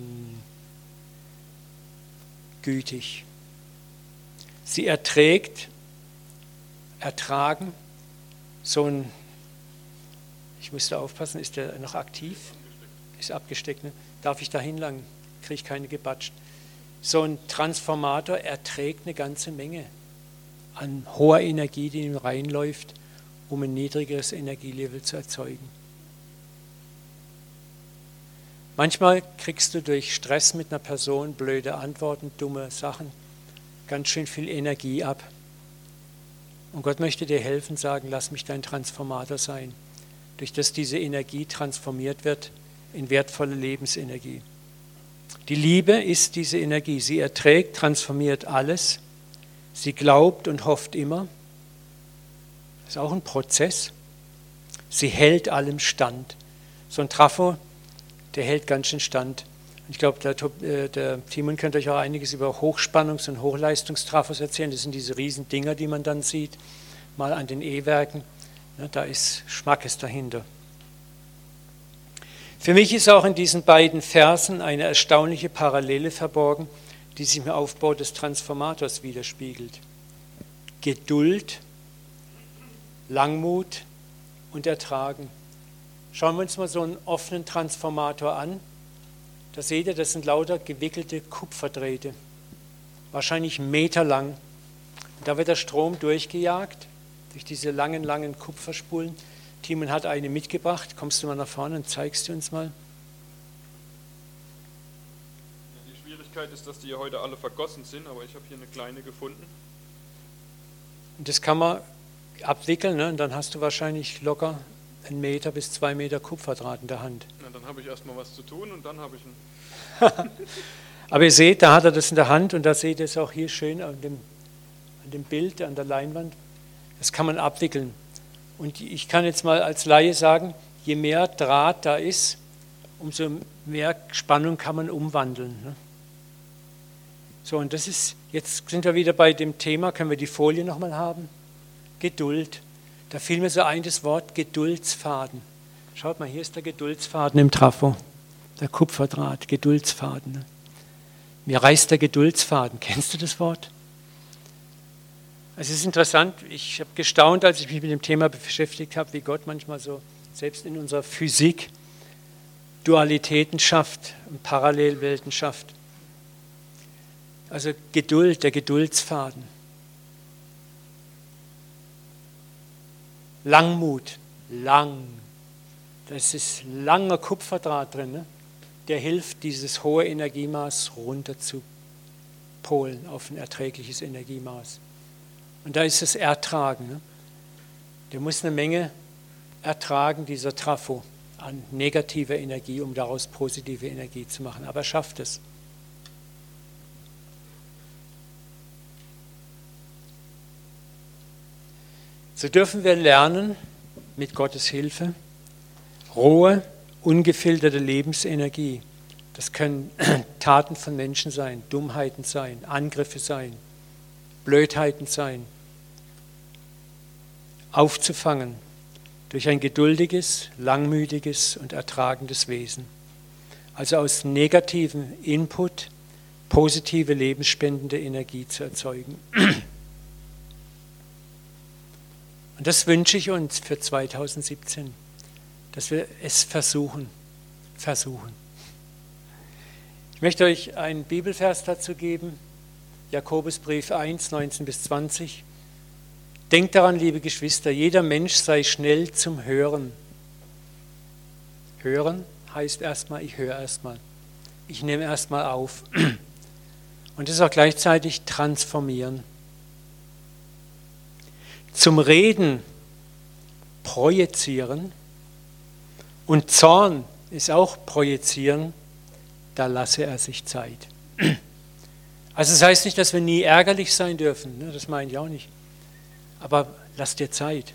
gütig. Sie erträgt, ertragen, so ein, ich musste aufpassen, ist der noch aktiv? Ist abgesteckt, ne? Darf ich da hinlangen? Kriege ich keine gebatscht. So ein Transformator erträgt eine ganze Menge an hoher Energie, die in ihn reinläuft, um ein niedrigeres Energielevel zu erzeugen. Manchmal kriegst du durch Stress mit einer Person blöde Antworten, dumme Sachen, ganz schön viel Energie ab. Und Gott möchte dir helfen, sagen, lass mich dein Transformator sein, durch das diese Energie transformiert wird in wertvolle Lebensenergie. Die Liebe ist diese Energie. Sie erträgt, transformiert alles. Sie glaubt und hofft immer. Das ist auch ein Prozess. Sie hält allem stand. So ein Trafo, der hält ganz schön stand. Ich glaube, der, der Timon könnte euch auch einiges über Hochspannungs- und Hochleistungstrafos erzählen. Das sind diese riesen Dinger, die man dann sieht, mal an den E-Werken. Ja, da ist Schmackes dahinter. Für mich ist auch in diesen beiden Versen eine erstaunliche Parallele verborgen, die sich im Aufbau des Transformators widerspiegelt. Geduld, Langmut und Ertragen. Schauen wir uns mal so einen offenen Transformator an. Da seht ihr, das sind lauter gewickelte Kupferdrähte, wahrscheinlich meterlang. Da wird der Strom durchgejagt, durch diese langen, langen Kupferspulen. Timon hat eine mitgebracht. Kommst du mal nach vorne und zeigst du uns mal? Die Schwierigkeit ist, dass die ja heute alle vergossen sind, aber ich habe hier eine kleine gefunden. Und das kann man abwickeln, ne? Und dann hast du wahrscheinlich locker einen Meter bis zwei Meter Kupferdraht in der Hand. Na, dann habe ich erstmal was zu tun und dann habe ich einen. Aber ihr seht, da hat er das in der Hand und da seht ihr es auch hier schön an dem, an dem Bild, an der Leinwand. Das kann man abwickeln. Und ich kann jetzt mal als Laie sagen, je mehr Draht da ist, umso mehr Spannung kann man umwandeln. Ne? So, und das ist, jetzt sind wir wieder bei dem Thema, können wir die Folie nochmal haben? Geduld. Da fiel mir so ein das Wort Geduldsfaden. Schaut mal, hier ist der Geduldsfaden im Trafo. Der Kupferdraht, Geduldsfaden. Ne? Mir reißt der Geduldsfaden. Kennst du das Wort? Es ist interessant, ich habe gestaunt, als ich mich mit dem Thema beschäftigt habe, wie Gott manchmal so, selbst in unserer Physik, Dualitäten schafft und Parallelwelten schafft. Also Geduld, der Geduldsfaden. Langmut, lang. Da ist langer Kupferdraht drin, ne? Der hilft, dieses hohe Energiemaß runter zu polen auf ein erträgliches Energiemaß. Und da ist das Ertragen. Ne? Der muss eine Menge ertragen, dieser Trafo. an negativer Energie, um daraus positive Energie zu machen. Aber er schafft es. So dürfen wir lernen, mit Gottes Hilfe, rohe, ungefilterte Lebensenergie. Das können Taten von Menschen sein, Dummheiten sein, Angriffe sein, Blödheiten sein, aufzufangen durch ein geduldiges, langmütiges und ertragendes Wesen. Also aus negativem Input positive, lebensspendende Energie zu erzeugen. Und das wünsche ich uns für zweitausendsiebzehn, dass wir es versuchen, versuchen. Ich möchte euch einen Bibelvers dazu geben, Jakobusbrief eins, neunzehn bis zwanzig. Denkt daran, liebe Geschwister, jeder Mensch sei schnell zum Hören. Hören heißt erstmal, ich höre erstmal. Ich nehme erstmal auf. Und das ist auch gleichzeitig transformieren. Zum Reden projizieren und Zorn ist auch projizieren, da lasse er sich Zeit. Also das heißt nicht, dass wir nie ärgerlich sein dürfen, das meine ich auch nicht. Aber lass dir Zeit.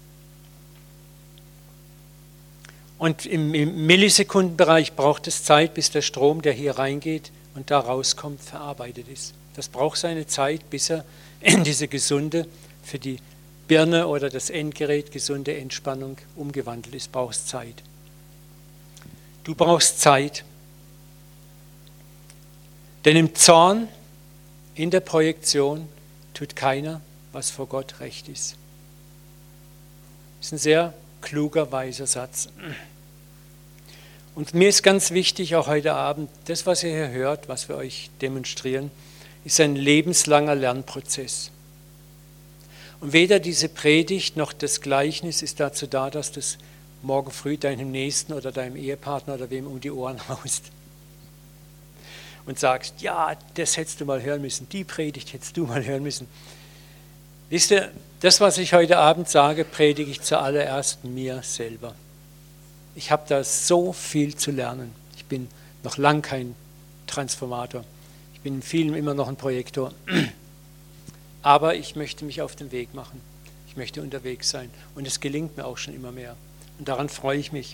Und im, im Millisekundenbereich braucht es Zeit, bis der Strom, der hier reingeht und da rauskommt, verarbeitet ist. Das braucht seine Zeit, bis er in diese gesunde, für die Birne oder das Endgerät gesunde Entspannung umgewandelt ist. Brauchst Zeit. Du brauchst Zeit. Denn im Zorn, in der Projektion, tut keiner, was vor Gott recht ist. Das ist ein sehr kluger, weiser Satz. Und mir ist ganz wichtig, auch heute Abend, das, was ihr hier hört, was wir euch demonstrieren, ist ein lebenslanger Lernprozess. Und weder diese Predigt noch das Gleichnis ist dazu da, dass du es morgen früh deinem Nächsten oder deinem Ehepartner oder wem um die Ohren haust und sagst, ja, das hättest du mal hören müssen, die Predigt hättest du mal hören müssen. Wisst ihr, das, was ich heute Abend sage, predige ich zuallererst mir selber. Ich habe da so viel zu lernen. Ich bin noch lang kein Transformator. Ich bin in vielem immer noch ein Projektor. Aber ich möchte mich auf den Weg machen. Ich möchte unterwegs sein. Und es gelingt mir auch schon immer mehr. Und daran freue ich mich.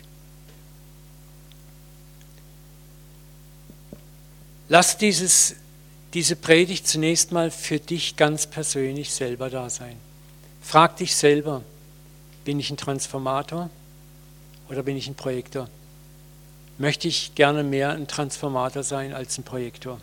Lass dieses, diese Predigt zunächst mal für dich ganz persönlich selber da sein. Frag dich selber, bin ich ein Transformator oder bin ich ein Projektor? Möchte ich gerne mehr ein Transformator sein als ein Projektor?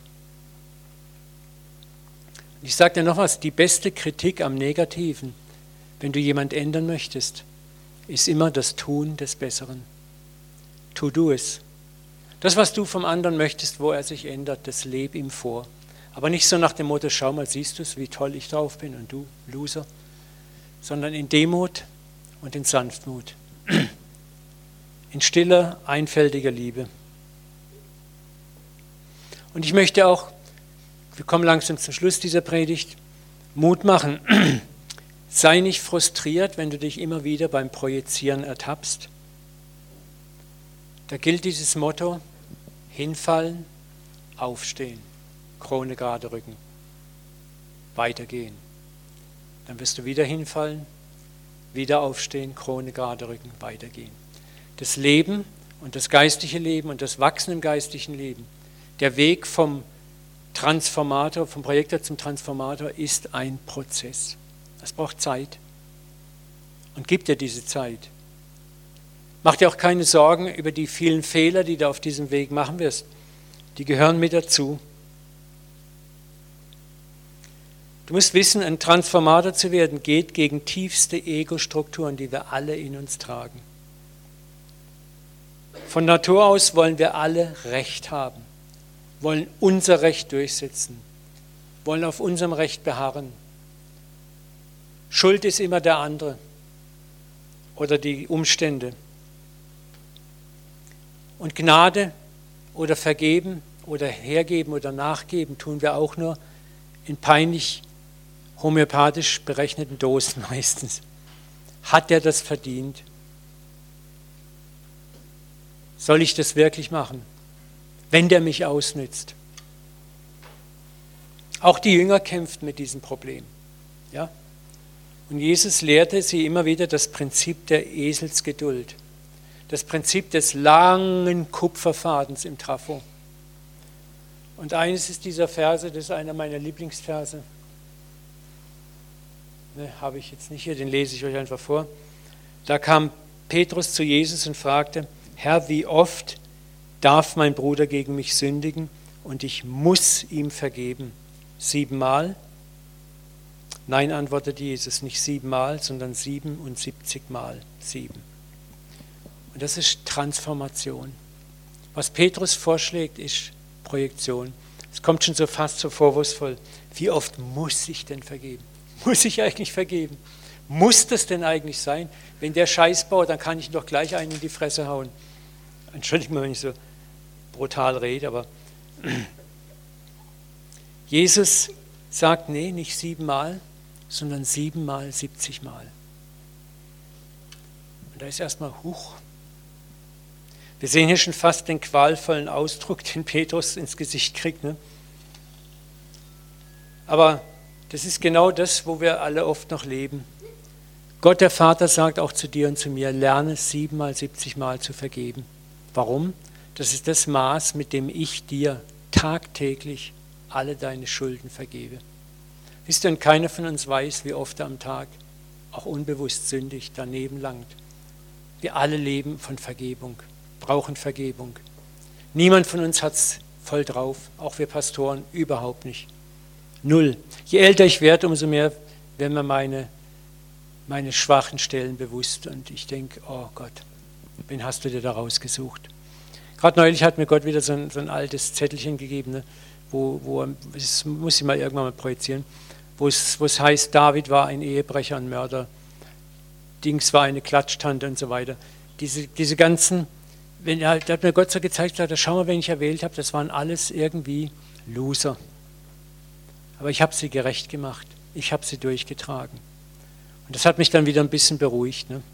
Ich sage dir noch was, die beste Kritik am Negativen, wenn du jemand ändern möchtest, ist immer das Tun des Besseren. Tu du es. Das, was du vom anderen möchtest, wo er sich ändert, das leb ihm vor. Aber nicht so nach dem Motto, schau mal, siehst du es, wie toll ich drauf bin und du, Loser, sondern in Demut und in Sanftmut, in stiller, einfältiger Liebe. Und ich möchte auch, wir kommen langsam zum Schluss dieser Predigt, Mut machen. Sei nicht frustriert, wenn du dich immer wieder beim Projizieren ertappst. Da gilt dieses Motto, hinfallen, aufstehen, Krone gerade rücken, weitergehen. Dann wirst du wieder hinfallen, wieder aufstehen, Krone gerade rücken, weitergehen. Das Leben und das geistliche Leben und das Wachsen im geistlichen Leben, der Weg vom Transformator, vom Projektor zum Transformator ist ein Prozess. Das braucht Zeit. Und gib dir diese Zeit. Mach dir auch keine Sorgen über die vielen Fehler, die du auf diesem Weg machen wirst. Die gehören mit dazu. Du musst wissen, ein Transformator zu werden, geht gegen tiefste Ego-Strukturen, die wir alle in uns tragen. Von Natur aus wollen wir alle Recht haben, wollen unser Recht durchsetzen, wollen auf unserem Recht beharren. Schuld ist immer der andere oder die Umstände. Und Gnade oder Vergeben oder Hergeben oder Nachgeben tun wir auch nur in peinlich homöopathisch berechneten Dosen meistens. Hat er das verdient? Soll ich das wirklich machen, wenn der mich ausnützt? Auch die Jünger kämpften mit diesem Problem. Ja? Und Jesus lehrte sie immer wieder das Prinzip der Eselsgeduld, das Prinzip des langen Kupferfadens im Trafo. Und eines ist dieser Verse, das ist einer meiner Lieblingsverse. Ne, habe ich jetzt nicht hier, den lese ich euch einfach vor. Da kam Petrus zu Jesus und fragte: Herr, wie oft darf mein Bruder gegen mich sündigen und ich muss ihm vergeben? Siebenmal? Nein, antwortete Jesus, nicht siebenmal, sondern siebenundsiebzig Mal sieben. Und das ist Transformation. Was Petrus vorschlägt, ist Projektion. Es kommt schon so fast so vorwurfsvoll. Wie oft muss ich denn vergeben? Muss ich eigentlich vergeben? Muss das denn eigentlich sein? Wenn der Scheiß baut, dann kann ich ihn doch gleich einen in die Fresse hauen. Entschuldigt mal, wenn ich so brutal rede, aber Jesus sagt, nee, nicht siebenmal, sondern siebenmal, siebzig Mal. Und da ist erstmal Huch. Wir sehen hier schon fast den qualvollen Ausdruck, den Petrus ins Gesicht kriegt. Ne? Aber das ist genau das, wo wir alle oft noch leben. Gott, der Vater, sagt auch zu dir und zu mir, lerne siebenmal, siebzig Mal zu vergeben. Warum? Das ist das Maß, mit dem ich dir tagtäglich alle deine Schulden vergebe. Wisst ihr, und keiner von uns weiß, wie oft er am Tag auch unbewusst sündigt, daneben langt. Wir alle leben von Vergebung, brauchen Vergebung. Niemand von uns hat es voll drauf, auch wir Pastoren überhaupt nicht. Null. Je älter ich werde, umso mehr werden mir meine, meine schwachen Stellen bewusst. Und ich denke, oh Gott, wen hast du dir da rausgesucht? Gerade neulich hat mir Gott wieder so ein, so ein altes Zettelchen gegeben, ne, wo, wo, das muss ich mal irgendwann mal projizieren, wo es, wo es heißt, David war ein Ehebrecher, ein Mörder, Dings war eine Klatschtante und so weiter. Diese, diese ganzen, wenn, da hat mir Gott so gezeigt, sagt, schau mal, wen ich erwählt habe, das waren alles irgendwie Loser. Aber ich habe sie gerecht gemacht, ich habe sie durchgetragen. Und das hat mich dann wieder ein bisschen beruhigt. Ne?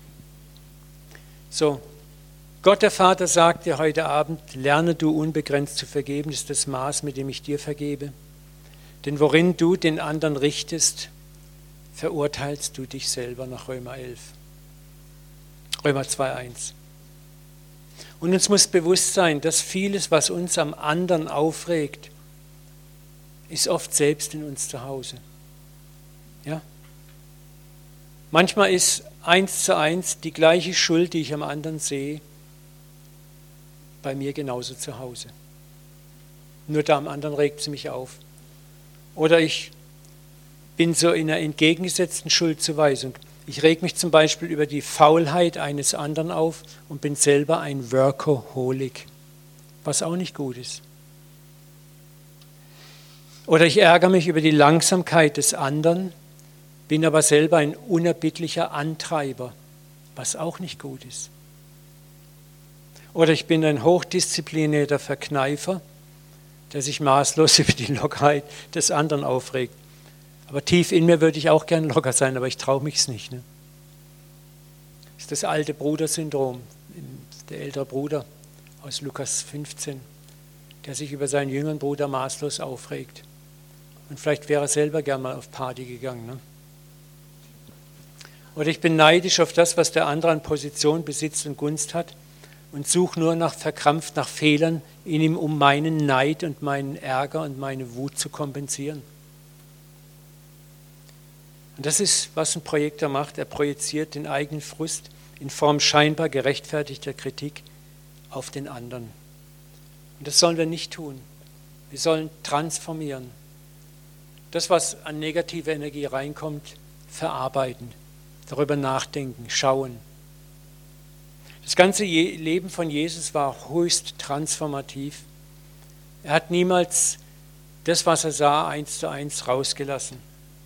So, Gott der Vater sagt dir heute Abend, lerne du unbegrenzt zu vergeben, das ist das Maß, mit dem ich dir vergebe. Denn worin du den anderen richtest, verurteilst du dich selber nach Römer elf. Römer zwei eins. Und uns muss bewusst sein, dass vieles, was uns am anderen aufregt, ist oft selbst in uns zu Hause. Ja? Manchmal ist eins zu eins die gleiche Schuld, die ich am anderen sehe, bei mir genauso zu Hause. Nur da am anderen regt sie mich auf. Oder ich bin so in einer entgegengesetzten Schuldzuweisung. Ich reg mich zum Beispiel über die Faulheit eines anderen auf und bin selber ein Workaholic, was auch nicht gut ist. Oder ich ärgere mich über die Langsamkeit des anderen, bin aber selber ein unerbittlicher Antreiber, was auch nicht gut ist. Oder ich bin ein hochdisziplinierter Verkneifer, der sich maßlos über die Lockerheit des anderen aufregt. Aber tief in mir würde ich auch gern locker sein, aber ich traue mich es nicht. Ne? Das ist das alte Brudersyndrom, der ältere Bruder aus Lukas fünfzehn, der sich über seinen jüngeren Bruder maßlos aufregt. Und vielleicht wäre er selber gern mal auf Party gegangen. Ne? Oder ich bin neidisch auf das, was der andere an Position, Besitz und Gunst hat und suche nur nach verkrampft nach Fehlern in ihm, um meinen Neid und meinen Ärger und meine Wut zu kompensieren. Und das ist, was ein Projektor macht. Er projiziert den eigenen Frust in Form scheinbar gerechtfertigter Kritik auf den anderen. Und das sollen wir nicht tun. Wir sollen transformieren. Das, was an negative Energie reinkommt, verarbeiten, darüber nachdenken, schauen. Das ganze Leben von Jesus war höchst transformativ. Er hat niemals das, was er sah, eins zu eins rausgelassen.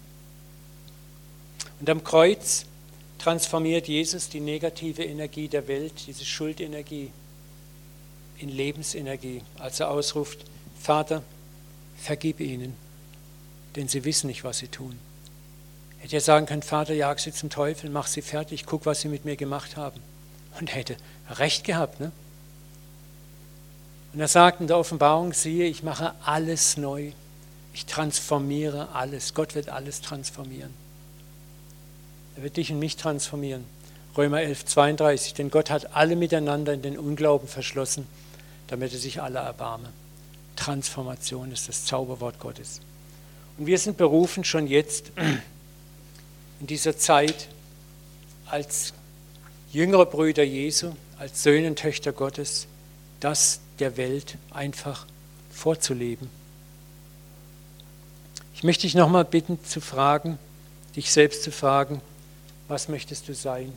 Und am Kreuz transformiert Jesus die negative Energie der Welt, diese Schuldenergie, in Lebensenergie, als er ausruft, Vater, vergib ihnen, denn sie wissen nicht, was sie tun. Er hätte ja sagen können, Vater, jag sie zum Teufel, mach sie fertig, guck, was sie mit mir gemacht haben. Und er hätte recht gehabt. Ne? Und er sagt in der Offenbarung, siehe, ich mache alles neu. Ich transformiere alles. Gott wird alles transformieren. Er wird dich und mich transformieren. Römer elf, zweiunddreißig. Denn Gott hat alle miteinander in den Unglauben verschlossen, damit er sich alle erbarme. Transformation ist das Zauberwort Gottes. Und wir sind berufen, schon jetzt in dieser Zeit als jüngere Brüder Jesu, als Söhne und Töchter Gottes, das der Welt einfach vorzuleben. Ich möchte dich nochmal bitten zu fragen, dich selbst zu fragen, was möchtest du sein?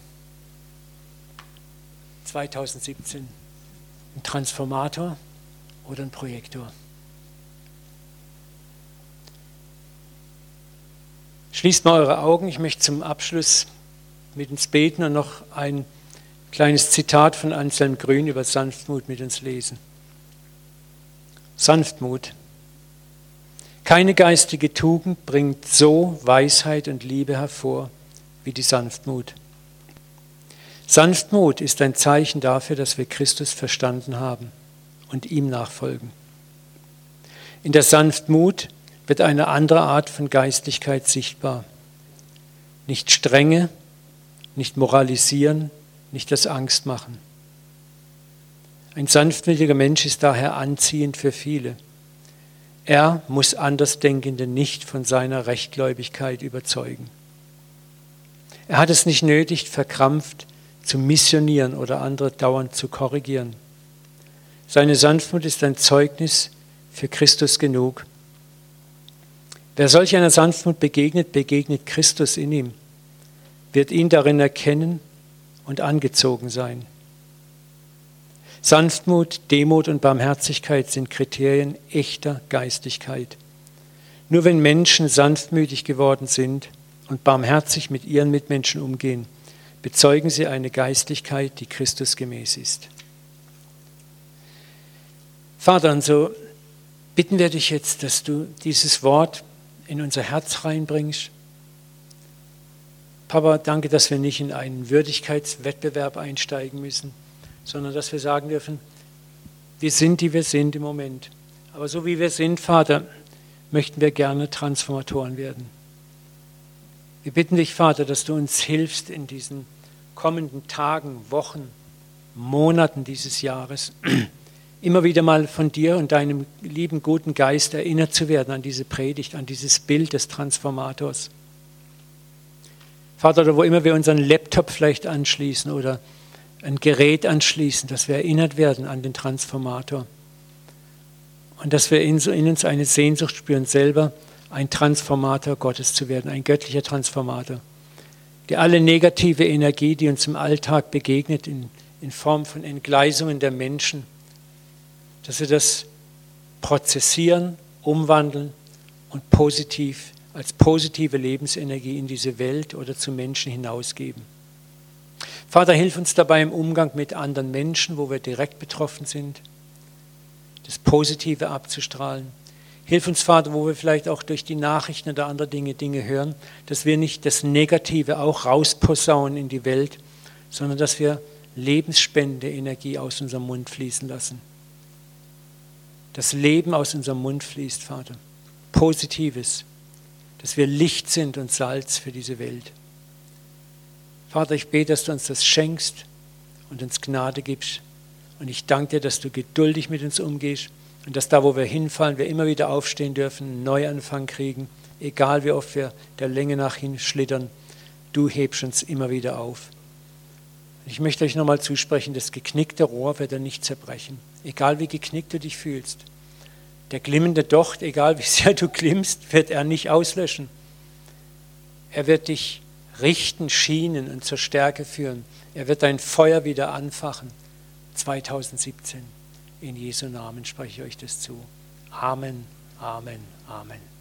zwanzig siebzehn. Ein Transformator oder ein Projektor? Schließt mal eure Augen. Ich möchte zum Abschluss mit uns beten und noch ein kleines Zitat von Anselm Grün über Sanftmut mit uns lesen. Sanftmut. Keine geistige Tugend bringt so Weisheit und Liebe hervor wie die Sanftmut. Sanftmut ist ein Zeichen dafür, dass wir Christus verstanden haben und ihm nachfolgen. In der Sanftmut wird eine andere Art von Geistlichkeit sichtbar. Nicht Strenge, nicht moralisieren, nicht das Angst machen. Ein sanftmütiger Mensch ist daher anziehend für viele. Er muss Andersdenkende nicht von seiner Rechtgläubigkeit überzeugen. Er hat es nicht nötig, verkrampft zu missionieren oder andere dauernd zu korrigieren. Seine Sanftmut ist ein Zeugnis für Christus genug. Wer solch einer Sanftmut begegnet, begegnet Christus in ihm, wird ihn darin erkennen und angezogen sein. Sanftmut, Demut und Barmherzigkeit sind Kriterien echter Geistlichkeit. Nur wenn Menschen sanftmütig geworden sind und barmherzig mit ihren Mitmenschen umgehen, bezeugen sie eine Geistlichkeit, die Christus gemäß ist. Vater, und so bitten wir dich jetzt, dass du dieses Wort in unser Herz reinbringst. Papa, danke, dass wir nicht in einen Würdigkeitswettbewerb einsteigen müssen, sondern dass wir sagen dürfen, wir sind, die wir sind im Moment. Aber so wie wir sind, Vater, möchten wir gerne Transformatoren werden. Wir bitten dich, Vater, dass du uns hilfst in diesen kommenden Tagen, Wochen, Monaten dieses Jahres, immer wieder mal von dir und deinem lieben, guten Geist erinnert zu werden an diese Predigt, an dieses Bild des Transformators. Vater, oder wo immer wir unseren Laptop vielleicht anschließen oder ein Gerät anschließen, dass wir erinnert werden an den Transformator. Und dass wir in, in uns eine Sehnsucht spüren, selber ein Transformator Gottes zu werden, ein göttlicher Transformator, der alle negative Energie, die uns im Alltag begegnet, in, in Form von Entgleisungen der Menschen, dass wir das prozessieren, umwandeln und positiv, als positive Lebensenergie in diese Welt oder zu Menschen hinausgeben. Vater, hilf uns dabei im Umgang mit anderen Menschen, wo wir direkt betroffen sind, das Positive abzustrahlen. Hilf uns, Vater, wo wir vielleicht auch durch die Nachrichten oder andere Dinge Dinge hören, dass wir nicht das Negative auch rausposaunen in die Welt, sondern dass wir lebensspendende Energie aus unserem Mund fließen lassen. Das Leben aus unserem Mund fließt, Vater. Positives, dass wir Licht sind und Salz für diese Welt. Vater, ich bete, dass du uns das schenkst und uns Gnade gibst. Und ich danke dir, dass du geduldig mit uns umgehst und dass da, wo wir hinfallen, wir immer wieder aufstehen dürfen, einen Neuanfang kriegen, egal wie oft wir der Länge nach hinschlittern. Du hebst uns immer wieder auf. Ich möchte euch nochmal zusprechen, das geknickte Rohr wird er nicht zerbrechen. Egal wie geknickt du dich fühlst. Der glimmende Docht, egal wie sehr du glimmst, wird er nicht auslöschen. Er wird dich richten, schienen und zur Stärke führen. Er wird dein Feuer wieder anfachen. zwanzig siebzehn. In Jesu Namen spreche ich euch das zu. Amen, Amen, Amen.